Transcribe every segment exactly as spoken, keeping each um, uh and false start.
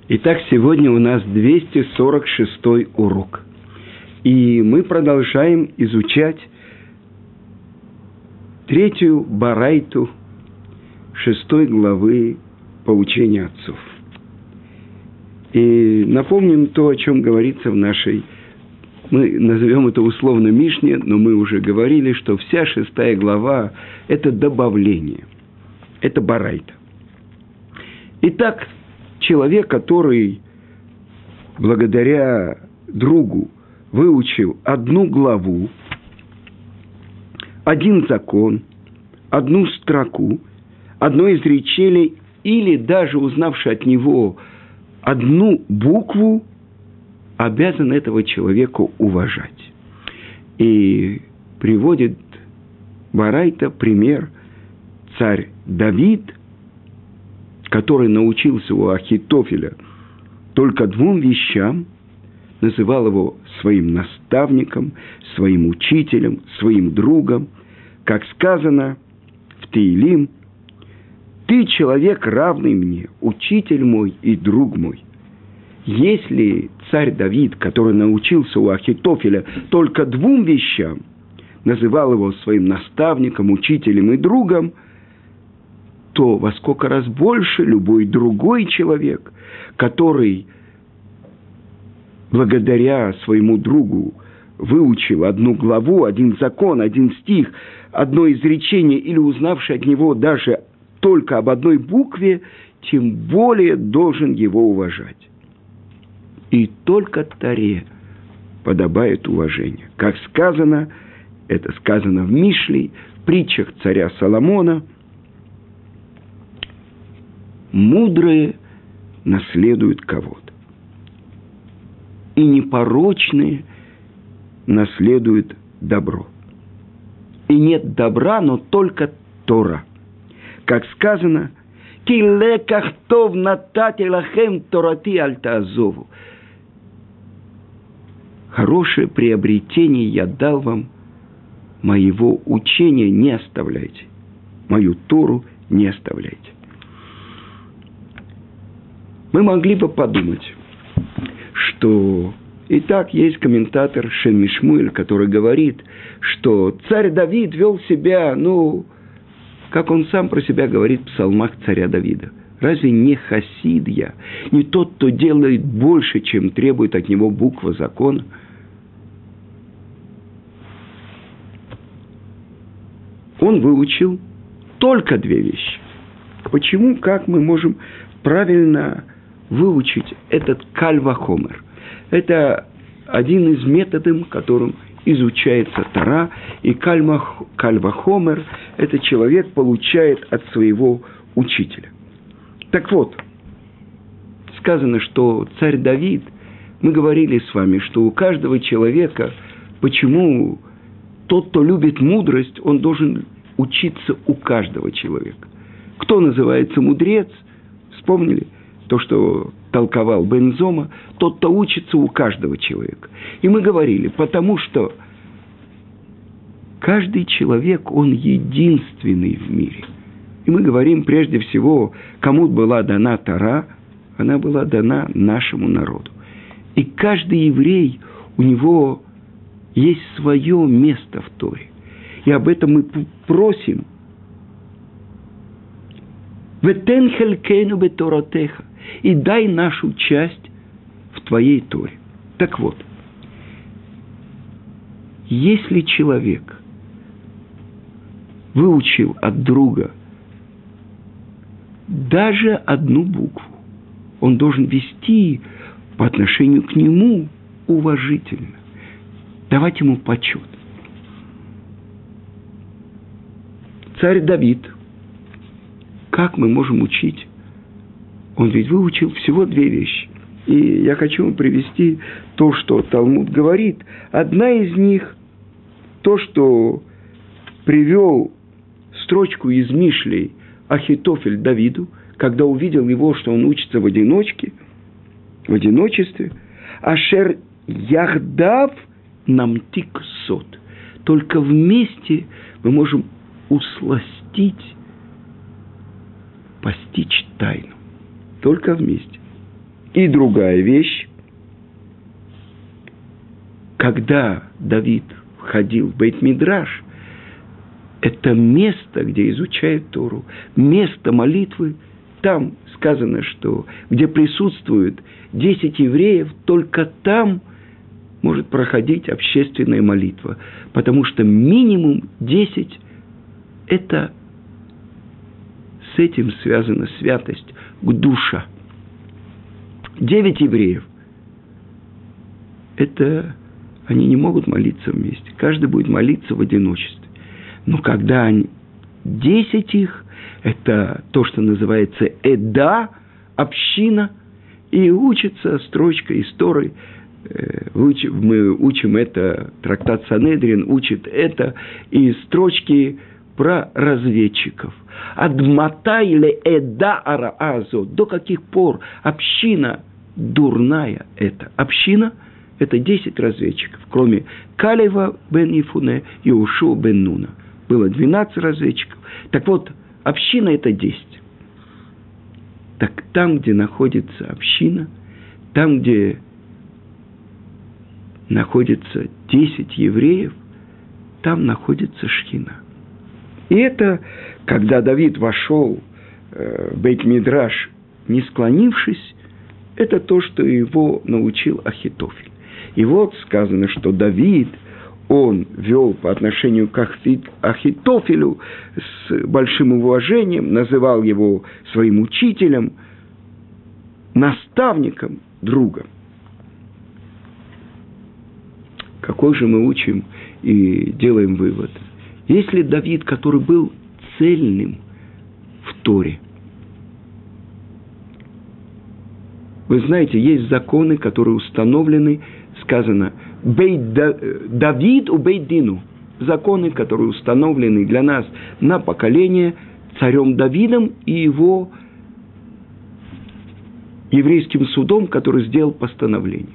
Итак, сегодня у нас двести сорок шестой урок. И мы продолжаем изучать третью барайту шестой главы поучения отцов. И напомним то, о чем говорится в нашей, мы назовем это условно Мишне, но мы уже говорили, что вся шестая глава – это добавление, это барайта. Итак, человек, который благодаря другу выучил одну главу, один закон, одну строку, одно изречение, или даже узнавший от него одну букву, обязан этого человека уважать. И приводит барайта пример царь Давид, который научился у Ахитофеля только двум вещам, называл его своим наставником, своим учителем, своим другом. Как сказано в Теилим: «Ты человек, равный мне, учитель мой и друг мой». Если царь Давид, который научился у Ахитофеля только двум вещам, называл его своим наставником, учителем и другом, то во сколько раз больше любой другой человек, который благодаря своему другу выучил одну главу, один закон, один стих, одно изречение, или узнавший от него даже только об одной букве, тем более должен его уважать. И только Торе подобает уважение. Как сказано, это сказано в Мишле, в притчах царя Соломона: мудрые наследуют кого-то, и непорочные наследуют добро. И нет добра, но только Тора. Как сказано: «Ки леках тов натати лахем торати аль таазову». Хорошее приобретение я дал вам, моего учения не оставляйте, мою Тору не оставляйте. Мы могли бы подумать, что и так есть комментатор Шеми Шмуэль, который говорит, что царь Давид вел себя, ну, как он сам про себя говорит в псалмах царя Давида. Разве не хасид я, не тот, кто делает больше, чем требует от него буква закона? Он выучил только две вещи. Почему, как мы можем правильно выучить этот каль вахомер? Это один из методов, которым изучается Тора. И каль вахомер – это человек получает от своего учителя. Так вот, сказано, что царь Давид, мы говорили с вами, что у каждого человека, почему тот, кто любит мудрость, он должен учиться у каждого человека. Кто называется мудрец? Вспомнили то, что толковал Бен Зома? Тот, кто учится у каждого человека. И мы говорили, потому что каждый человек, он единственный в мире. И мы говорим прежде всего, кому была дана Тора, она была дана нашему народу. И каждый еврей, у него есть свое место в Торе. И об этом мы просим. «Ветен хелькейну беторотеха» и дай нашу часть в твоей Торе. Так вот, если человек выучил от друга даже одну букву, он должен вести по отношению к нему уважительно, давать ему почет. Царь Давид, как мы можем учить? Он ведь выучил всего две вещи. И я хочу вам привести то, что Талмуд говорит. Одна из них, то, что привел строчку из Мишлей Ахитофель Давиду, когда увидел его, что он учится в одиночке, в одиночестве. «Ашер яхдав намтик сот». Только вместе мы можем усластить, постичь тайну. Только вместе. И другая вещь, когда Давид входил в Бейт-Мидраш, это место, где изучают Тору, место молитвы, там сказано, что где присутствуют десять евреев, только там может проходить общественная молитва, потому что минимум десять – это с этим связана святость, к душа. Девять евреев – это они не могут молиться вместе, каждый будет молиться в одиночестве. Но когда они, десять их, это то, что называется эда, община, и учится строчка из Торы. Мы учим это, трактат Санедрин учит это из строчки про разведчиков. Адмата или эда араазо, до каких пор община дурная это? Община – это десять разведчиков, кроме Калева бен Ифуне и Ушуа бен Нуна. Было двенадцать разведчиков. Так вот, община – это десять. Так там, где находится община, там, где находится десять евреев, там находится Шхина. И это, когда Давид вошел э, в Бейт-Мидраш, не склонившись, это то, что его научил Ахитофель. И вот сказано, что Давид, он вел по отношению к Ахитофелю с большим уважением, называл его своим учителем, наставником, другом. Какой же мы учим и делаем вывод? Если Давид, который был цельным в Торе, вы знаете, есть законы, которые установлены, сказано, Бейт Давид у Бейт-Дину, законы, которые установлены для нас на поколение царем Давидом и его еврейским судом, который сделал постановление.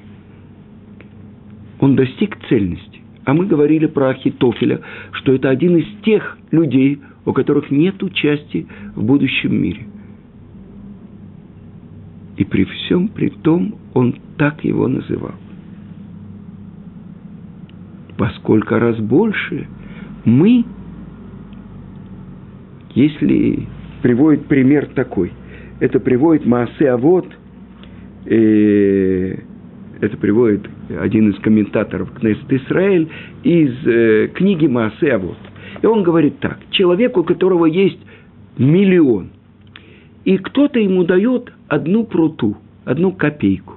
Он достиг цельности. А мы говорили про Ахитофеля, что это один из тех людей, у которых нет участия в будущем мире. И при всем при том он так его называл. Во сколько раз больше мы, если приводит пример такой, это приводит Маасе Авот, э, это приводит один из комментаторов Кнессет Исраэль из э, книги Маасе Авот. И он говорит так: человек, у которого есть миллион, и кто-то ему дает одну пруту, одну копейку,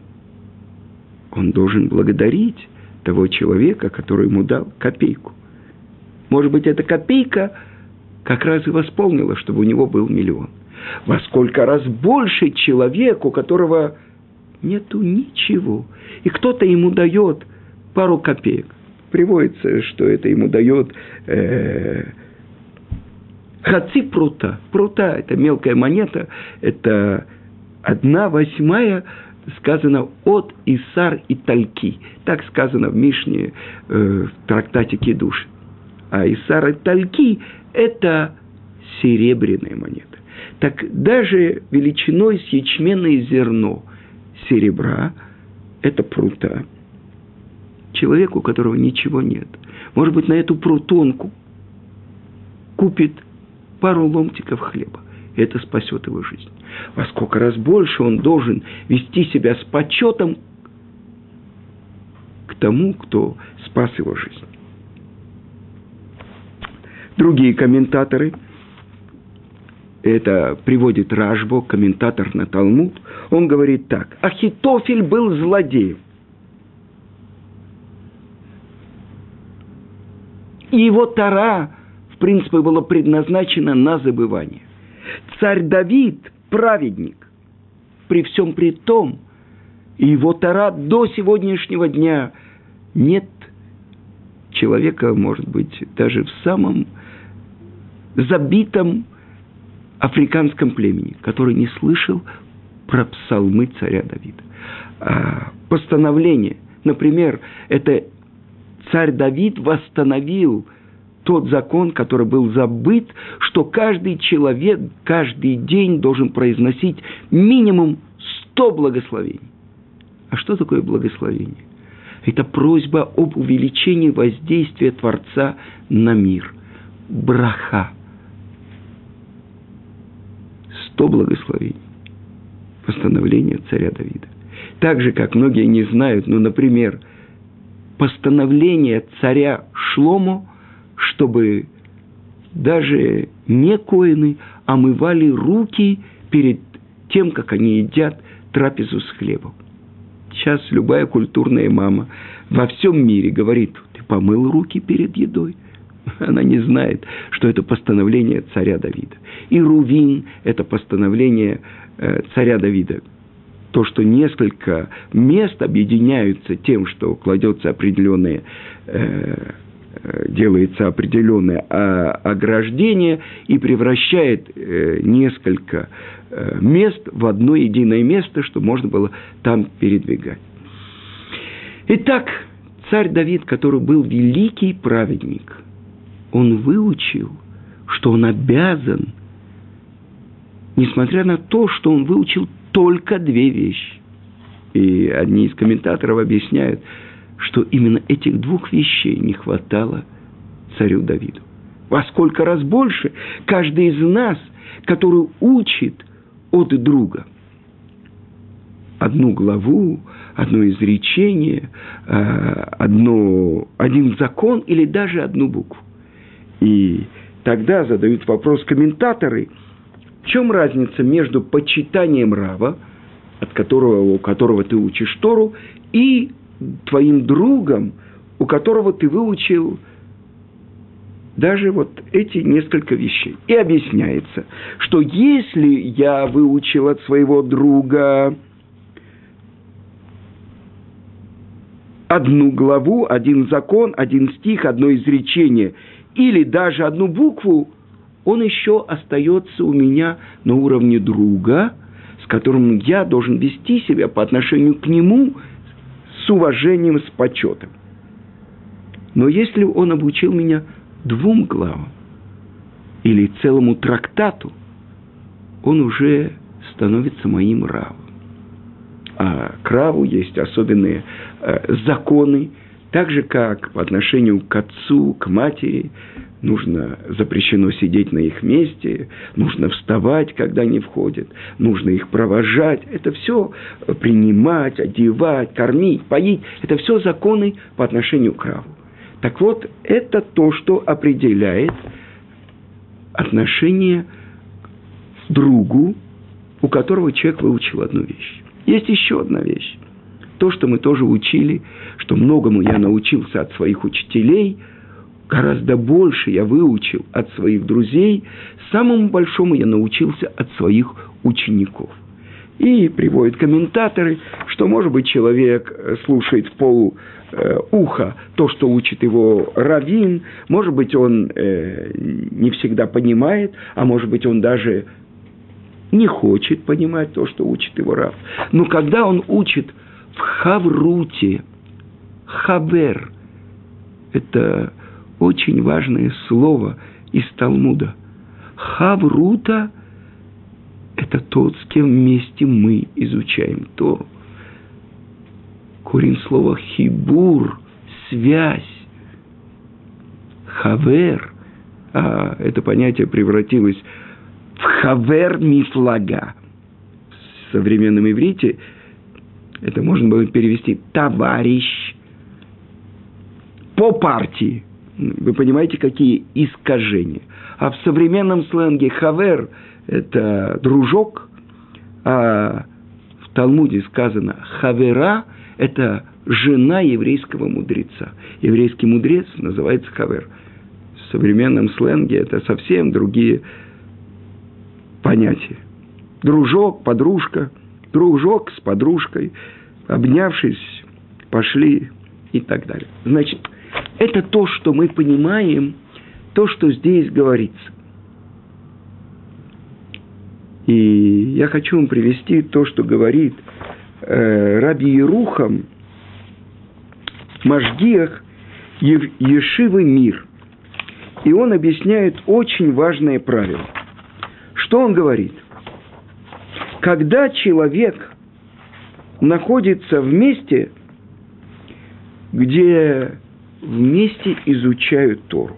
он должен благодарить того человека, который ему дал копейку. Может быть, эта копейка как раз и восполнила, чтобы у него был миллион. Во сколько раз больше человек, у которого нету ничего, и кто-то ему дает пару копеек. Приводится, что это ему дает э, хаци прута. Прута – это мелкая монета, это одна восьмая, сказано, от Исар и Тальки. Так сказано в Мишне, э, в трактате Кидуш. А Исар и Тальки – это серебряная монета. Так даже величиной с ячменное зерно серебра – это прута. Человеку, у которого ничего нет. Может быть, на эту пруту он купит пару ломтиков хлеба. И это спасет его жизнь. Во сколько раз больше он должен вести себя с почетом к тому, кто спас его жизнь. Другие комментаторы, это приводит Рашбо, комментатор на Талмуд, он говорит так: Ахитофель был злодеем. И его Тора, в принципе, была предназначена на забывание. Царь Давид – праведник. При всем при том, его Тора до сегодняшнего дня нет человека, может быть, даже в самом забитом африканском племени, который не слышал про псалмы царя Давида. А постановление, например, это царь Давид восстановил тот закон, который был забыт, что каждый человек каждый день должен произносить минимум сто благословений. А что такое благословение? Это просьба об увеличении воздействия Творца на мир. Браха. Сто благословений. Постановление царя Давида. Так же, как многие не знают, ну, например, постановление царя Шломо, чтобы даже не коэны омывали руки перед тем, как они едят трапезу с хлебом. Сейчас любая культурная мама во всем мире говорит: ты помыл руки перед едой? Она не знает, что это постановление царя Давида. И Рувин – это постановление э, царя Давида. То, что несколько мест объединяются тем, что кладется определенное, э, делается определенное ограждение и превращает э, несколько э, мест в одно единое место, что можно было там передвигать. Итак, царь Давид, который был великий праведник, он выучил, что он обязан, несмотря на то, что он выучил только две вещи. И одни из комментаторов объясняют, что именно этих двух вещей не хватало царю Давиду. Во сколько раз больше каждый из нас, который учит от друга одну главу, одно изречение, одно, один закон или даже одну букву. И тогда задают вопрос комментаторы: в чем разница между почитанием Рава, от которого, у которого ты учишь Тору, и твоим другом, у которого ты выучил даже вот эти несколько вещей. И объясняется, что если я выучил от своего друга одну главу, один закон, один стих, одно изречение или даже одну букву, он еще остается у меня на уровне друга, с которым я должен вести себя по отношению к нему с уважением, с почетом. Но если он обучил меня двум главам или целому трактату, он уже становится моим равом. А к раву есть особенные э, законы, так же, как по отношению к отцу, к матери, нужно, запрещено сидеть на их месте, нужно вставать, когда они входят, нужно их провожать. Это все принимать, одевать, кормить, поить. Это все законы по отношению к раву. Так вот, это то, что определяет отношение к другу, у которого человек выучил одну вещь. Есть еще одна вещь. То, что мы тоже учили, что многому я научился от своих учителей, гораздо больше я выучил от своих друзей, самому большому я научился от своих учеников. И приводят комментаторы, что, может быть, человек слушает в полу э, уха то, что учит его раввин, может быть, он э, не всегда понимает, а может быть, он даже не хочет понимать то, что учит его рав. Но когда он учит в хавруте, хавер, это очень важное слово из Талмуда. Хаврута – это тот, с кем вместе мы изучаем Тору. Корень слова хибур – связь. Хавер, а это понятие превратилось в хавер мифлага. В современном иврите это можно было перевести товарищ по партии. Вы понимаете, какие искажения. А в современном сленге хавер – это дружок, а в Талмуде сказано хавера – это жена еврейского мудреца. Еврейский мудрец называется хавер. В современном сленге это совсем другие понятия. Дружок, подружка, дружок с подружкой, обнявшись, пошли и так далее. Значит, это то, что мы понимаем, то, что здесь говорится. И я хочу вам привести то, что говорит э, Раби Ерухам, Машгиах Ешивы Мир. И он объясняет очень важное правило. Что он говорит? Когда человек находится в месте, где вместе изучают Тору.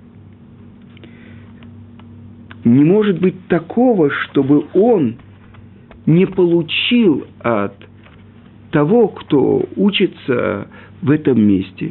Не может быть такого, чтобы он не получил от того, кто учится в этом месте,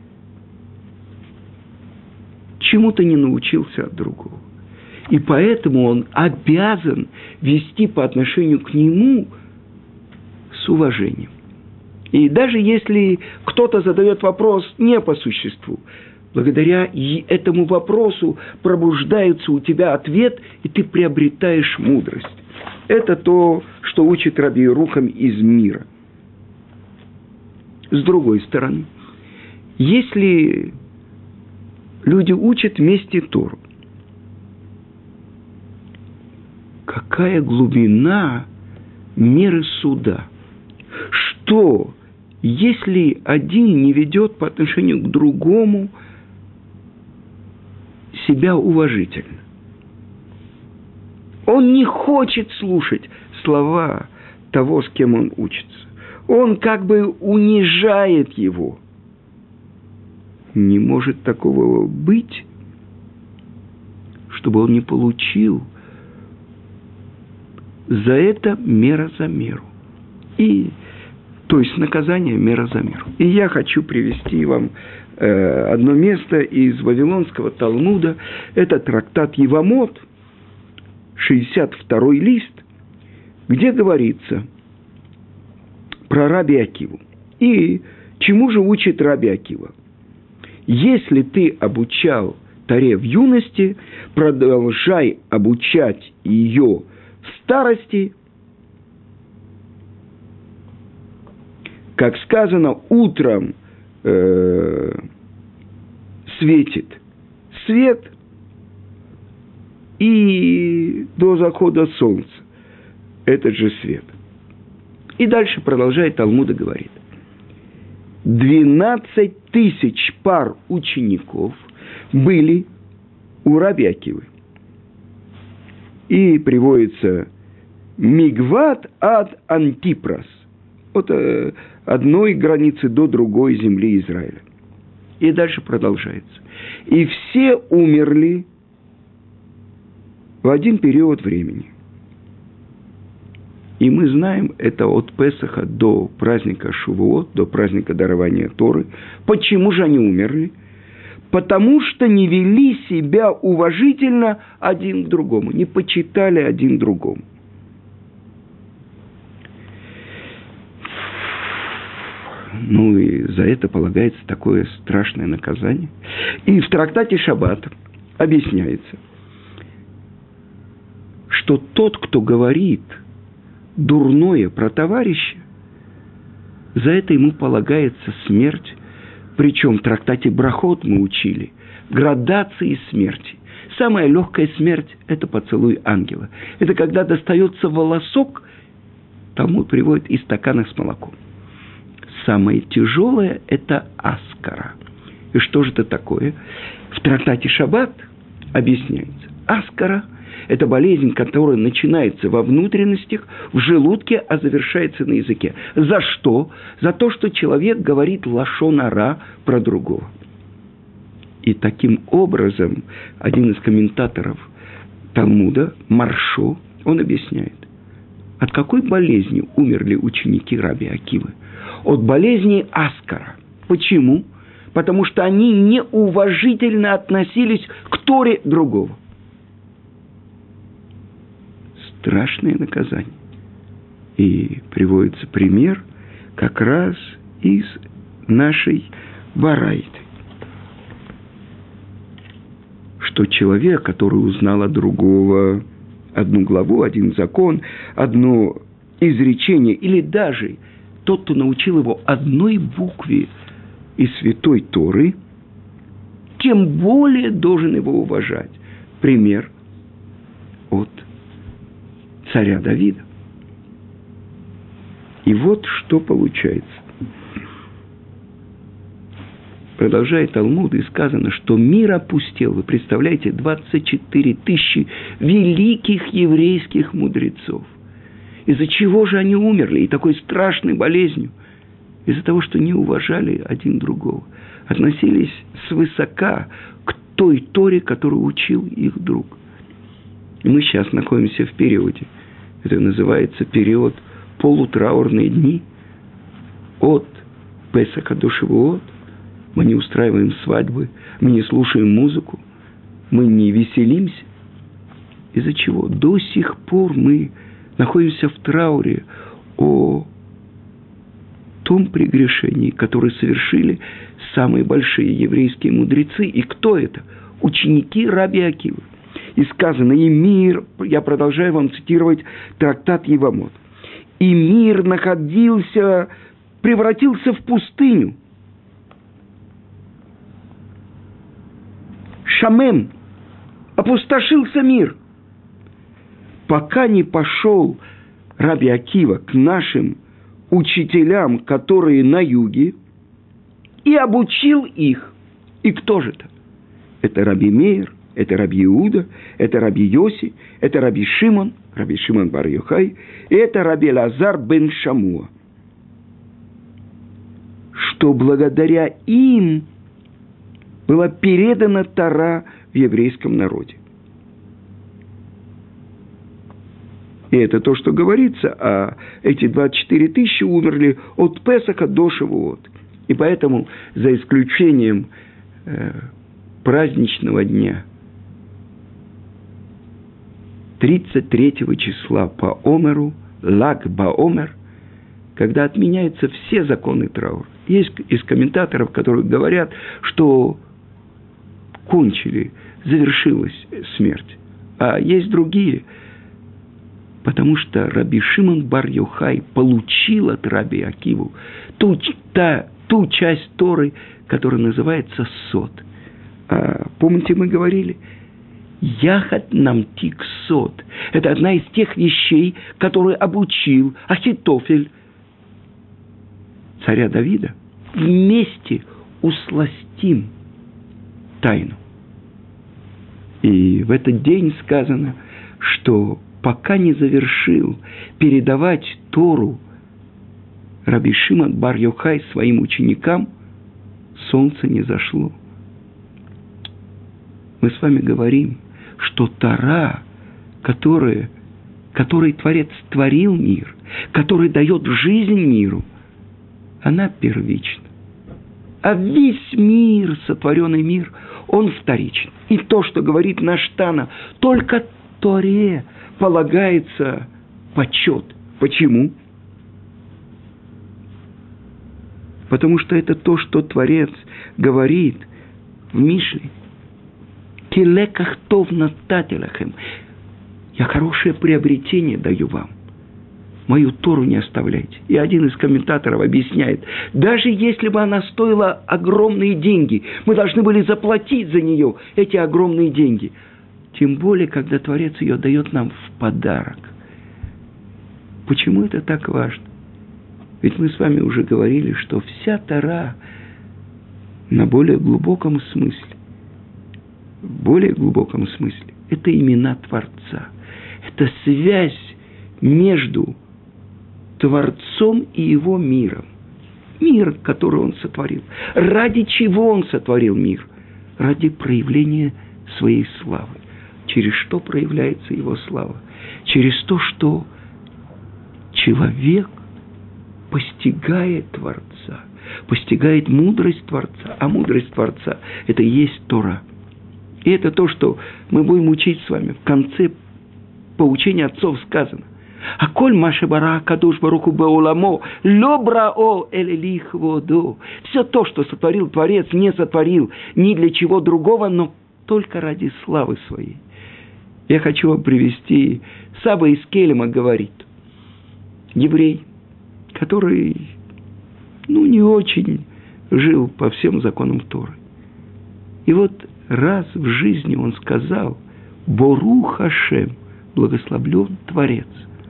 чему-то не научился от другого. И поэтому он обязан вести по отношению к нему с уважением. И даже если кто-то задает вопрос не по существу, благодаря этому вопросу пробуждается у тебя ответ, и ты приобретаешь мудрость. Это то, что учит Раби Ерухам из мира. С другой стороны, если люди учат вместе Тору, какая глубина меры суда? Что, если один не ведет по отношению к другому себя уважительно? Он не хочет слушать слова того, с кем он учится. Он как бы унижает его. Не может такого быть, чтобы он не получил за это мера за меру. И, то есть наказание мера за меру. И я хочу привести вам э, одно место из Вавилонского Талмуда. Это трактат Евамот, шестьдесят второй лист, где говорится про Раби Акиву. И чему же учит Раби Акива? Если ты обучал Торе в юности, продолжай обучать ее в старости. Как сказано, утром э, светит свет, и до захода солнца этот же свет. И дальше продолжает Талмуд и говорит. Двенадцать тысяч пар учеников были у Раби Акивы. И приводится Мигват ад Антипрас. От э, одной границы до другой земли Израиля. И дальше продолжается. И все умерли в один период времени. И мы знаем это от Песаха до праздника Шувуот, до праздника дарования Торы. Почему же они умерли? Потому что не вели себя уважительно один к другому, не почитали один другому. Ну и за это полагается такое страшное наказание. И в трактате Шаббат объясняется, что тот, кто говорит дурное про товарища, за это ему полагается смерть. Причем в трактате Брахот мы учили градации смерти. Самая легкая смерть – это поцелуй ангела. Это когда достается волосок, Талмуд приводит из стакана с молоком. Самое тяжелое – это аскара. И что же это такое? В трактате Шаббат объясняется. Аскара – это болезнь, которая начинается во внутренностях, в желудке, а завершается на языке. За что? За то, что человек говорит лашон ара про другого. И таким образом один из комментаторов Талмуда, Маршо, он объясняет, от какой болезни умерли ученики Раби Акивы? От болезни аскара. Почему? Потому что они неуважительно относились к Торе другого. Страшное наказание. И приводится пример как раз из нашей Барайты. Что человек, который узнал от другого одну главу, один закон, одно изречение, или даже тот, кто научил его одной букве из Святой Торы, тем более должен его уважать. Пример от царя Давида. И вот что получается. Продолжает Талмуд, и сказано, что мир опустел. Вы представляете, двадцать четыре тысячи великих еврейских мудрецов. Из-за чего же они умерли? И такой страшной болезнью. Из-за того, что не уважали один другого. Относились свысока к той Торе, которую учил их друг. И мы сейчас находимся в периоде. Это называется период полутраурные дни. От Песаха до Шивуот. Мы не устраиваем свадьбы. Мы не слушаем музыку. Мы не веселимся. Из-за чего? До сих пор мы находимся в трауре о том прегрешении, которое совершили самые большие еврейские мудрецы. И кто это? Ученики Раби Акивы. И сказано, и мир, я продолжаю вам цитировать трактат Евамот, и мир находился, превратился в пустыню. Шамем, опустошился мир. Пока не пошел Раби Акива к нашим учителям, которые на юге, и обучил их. И кто же это? Это Раби Меир, это Раби Иуда, это Раби Йоси, это Раби Шимон, Раби Шимон бар Йохай, и это Раби Элазар бен Шамуа. Что благодаря им была передана Тора в еврейском народе. И это то, что говорится, а эти двадцать четыре тысячи умерли от Песаха до Шивуот. И поэтому, за исключением э, праздничного дня, тридцать третьего числа по Омеру, Лаг ба-Омер, когда отменяются все законы траура. Есть из комментаторов, которые говорят, что кончили, завершилась смерть. А есть другие, потому что Раби Шимон бар Йохай получил от Раби Акиву ту, та, ту часть Торы, которая называется Сот. А, помните, мы говорили? Яхат намтик сот. Это одна из тех вещей, которые обучил Ахитофель царя Давида. Вместе усластим тайну. И в этот день сказано, что пока не завершил передавать Тору Раби Шимон бар Йохай своим ученикам, солнце не зашло. Мы с вами говорим, что Тора, которая, которой Творец творил мир, который дает жизнь миру, она первична. А весь мир, сотворенный мир, он вторичен. И то, что говорит наш Тана, только Торе полагается почет. Почему? Потому что это то, что Творец говорит в Мишле. «Килеках тов натателахем». Я хорошее приобретение даю вам. Мою Тору не оставляйте. И один из комментаторов объясняет, даже если бы она стоила огромные деньги, мы должны были заплатить за нее эти огромные деньги. Тем более, когда Творец ее дает нам в подарок. Почему это так важно? Ведь мы с вами уже говорили, что вся Тора на более глубоком смысле, в более глубоком смысле, это имена Творца. Это связь между Творцом и его миром. Мир, который он сотворил. Ради чего он сотворил мир? Ради проявления своей славы. Через что проявляется его слава? Через то, что человек постигает Творца, постигает мудрость Творца. А мудрость Творца – это и есть Тора. И это то, что мы будем учить с вами. В конце поучения отцов сказано. «Аколь маше бара кадош баруху беуламо, ло брао элелих водо». Все то, что сотворил Творец, не сотворил ни для чего другого, но только ради славы своей. Я хочу вам привести, Саба из Келема говорит, еврей, который, ну, не очень жил по всем законам Торы. И вот раз в жизни он сказал: «Борух Ашем», благословлен Творец.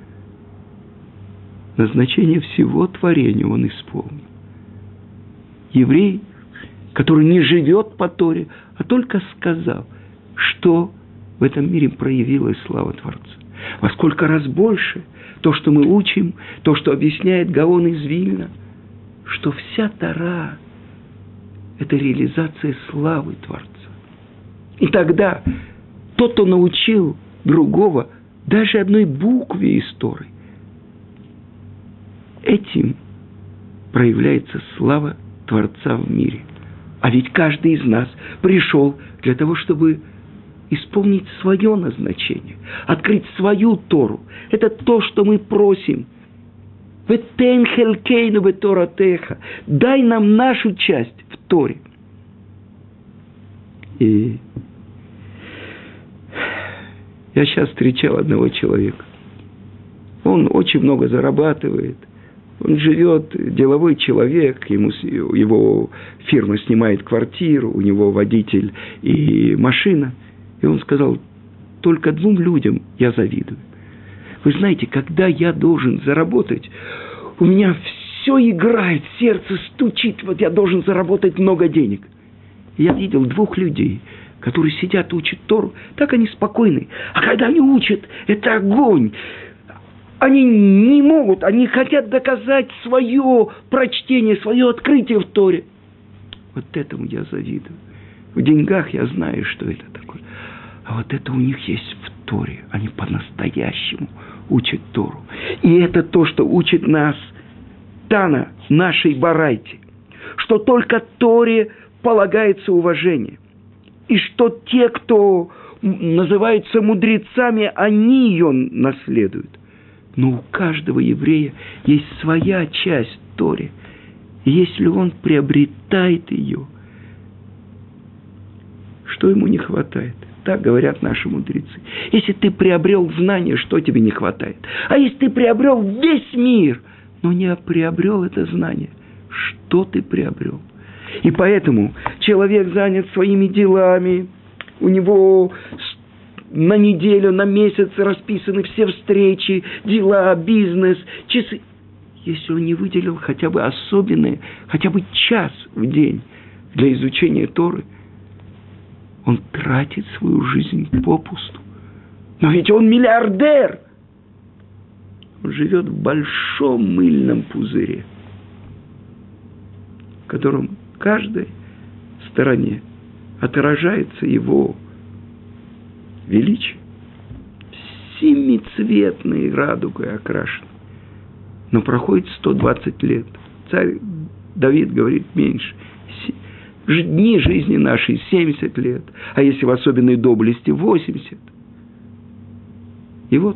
Назначение всего творения он исполнил. Еврей, который не живет по Торе, а только сказал, что в этом мире проявилась слава Творца. Во сколько раз больше то, что мы учим, то, что объясняет Гаон из Вильна, что вся Тора – это реализация славы Творца. И тогда тот, кто научил другого даже одной букве из Торы, этим проявляется слава Творца в мире. А ведь каждый из нас пришел для того, чтобы исполнить свое назначение, открыть свою Тору. Это то, что мы просим. «Ветен хелькейну беторатеха». Дай нам нашу часть в Торе. И я сейчас встречал одного человека. Он очень много зарабатывает. Он живет, деловой человек, ему, его фирма снимает квартиру, у него водитель и машина. И он сказал, только двум людям я завидую. Вы знаете, когда я должен заработать, у меня все играет, сердце стучит, вот я должен заработать много денег. И я видел двух людей, которые сидят, учат Тору, так они спокойны. А когда они учат, это огонь. Они не могут, они хотят доказать свое прочтение, свое открытие в Торе. Вот этому я завидую. В деньгах я знаю, что это такое. А вот это у них есть в Торе. Они по-настоящему учат Тору. И это то, что учит нас Тана, нашей Барайте. Что только Торе полагается уважение. И что те, кто называются мудрецами, они ее наследуют. Но у каждого еврея есть своя часть в Торе. И если он приобретает ее, что ему не хватает? Так говорят наши мудрецы. Если ты приобрел знание, что тебе не хватает? А если ты приобрел весь мир, но не приобрел это знание, что ты приобрел? И поэтому человек занят своими делами, у него на неделю, на месяц расписаны все встречи, дела, бизнес, часы. Если он не выделил хотя бы особенное, хотя бы час в день для изучения Торы, он тратит свою жизнь попусту. Но ведь он миллиардер. Он живет в большом мыльном пузыре, в котором в каждой стороне отражается его величие, семицветной радугой окрашен. Но проходит сто двадцать лет. Царь Давид говорит меньше. Дни жизни нашей семьдесят лет, а если в особенной доблести восемьдесят. И вот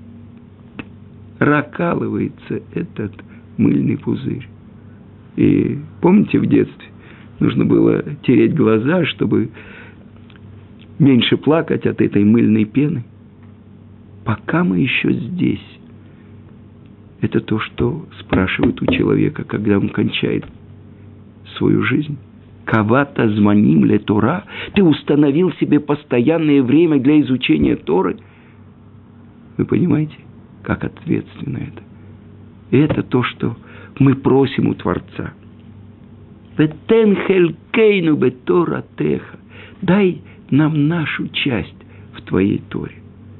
прокалывается этот мыльный пузырь. И помните, в детстве нужно было тереть глаза, чтобы меньше плакать от этой мыльной пены. Пока мы еще здесь. Это то, что спрашивают у человека, когда он кончает свою жизнь. Кавата зманим ле Тора. Ты установил себе постоянное время для изучения Торы. Вы понимаете, как ответственно это? И это то, что мы просим у Творца. Ветен хелькейну беторатеха. Дай нам нашу часть в Твоей Торе.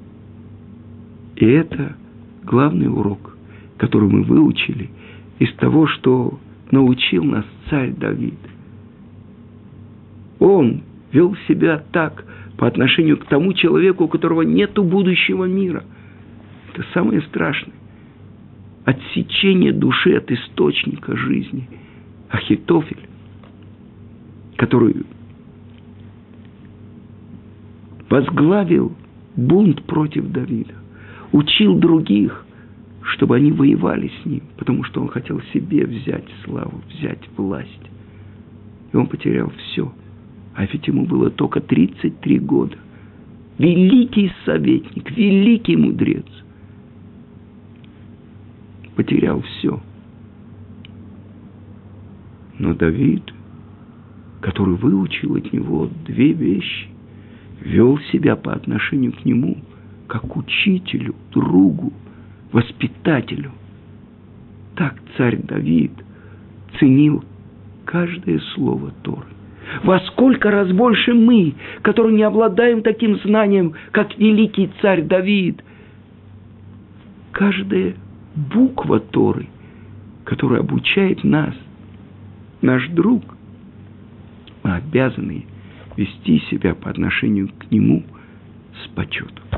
И это главный урок, который мы выучили из того, что научил нас царь Давид. Он вел себя так по отношению к тому человеку, у которого нет будущего мира. Это самое страшное. Отсечение души от источника жизни. Ахитофель, который возглавил бунт против Давида, учил других, чтобы они воевали с ним, потому что он хотел себе взять славу, взять власть. И он потерял все. А ведь ему было только тридцать три года. Великий советник, великий мудрец. Потерял все. Но Давид, который выучил от него две вещи, вел себя по отношению к нему как к учителю, другу, воспитателю. Так царь Давид ценил каждое слово Торы. Во сколько раз больше мы, которые не обладаем таким знанием, как великий царь Давид, каждая буква Торы, которая обучает нас, наш друг, мы обязаны вести себя по отношению к нему с почетом.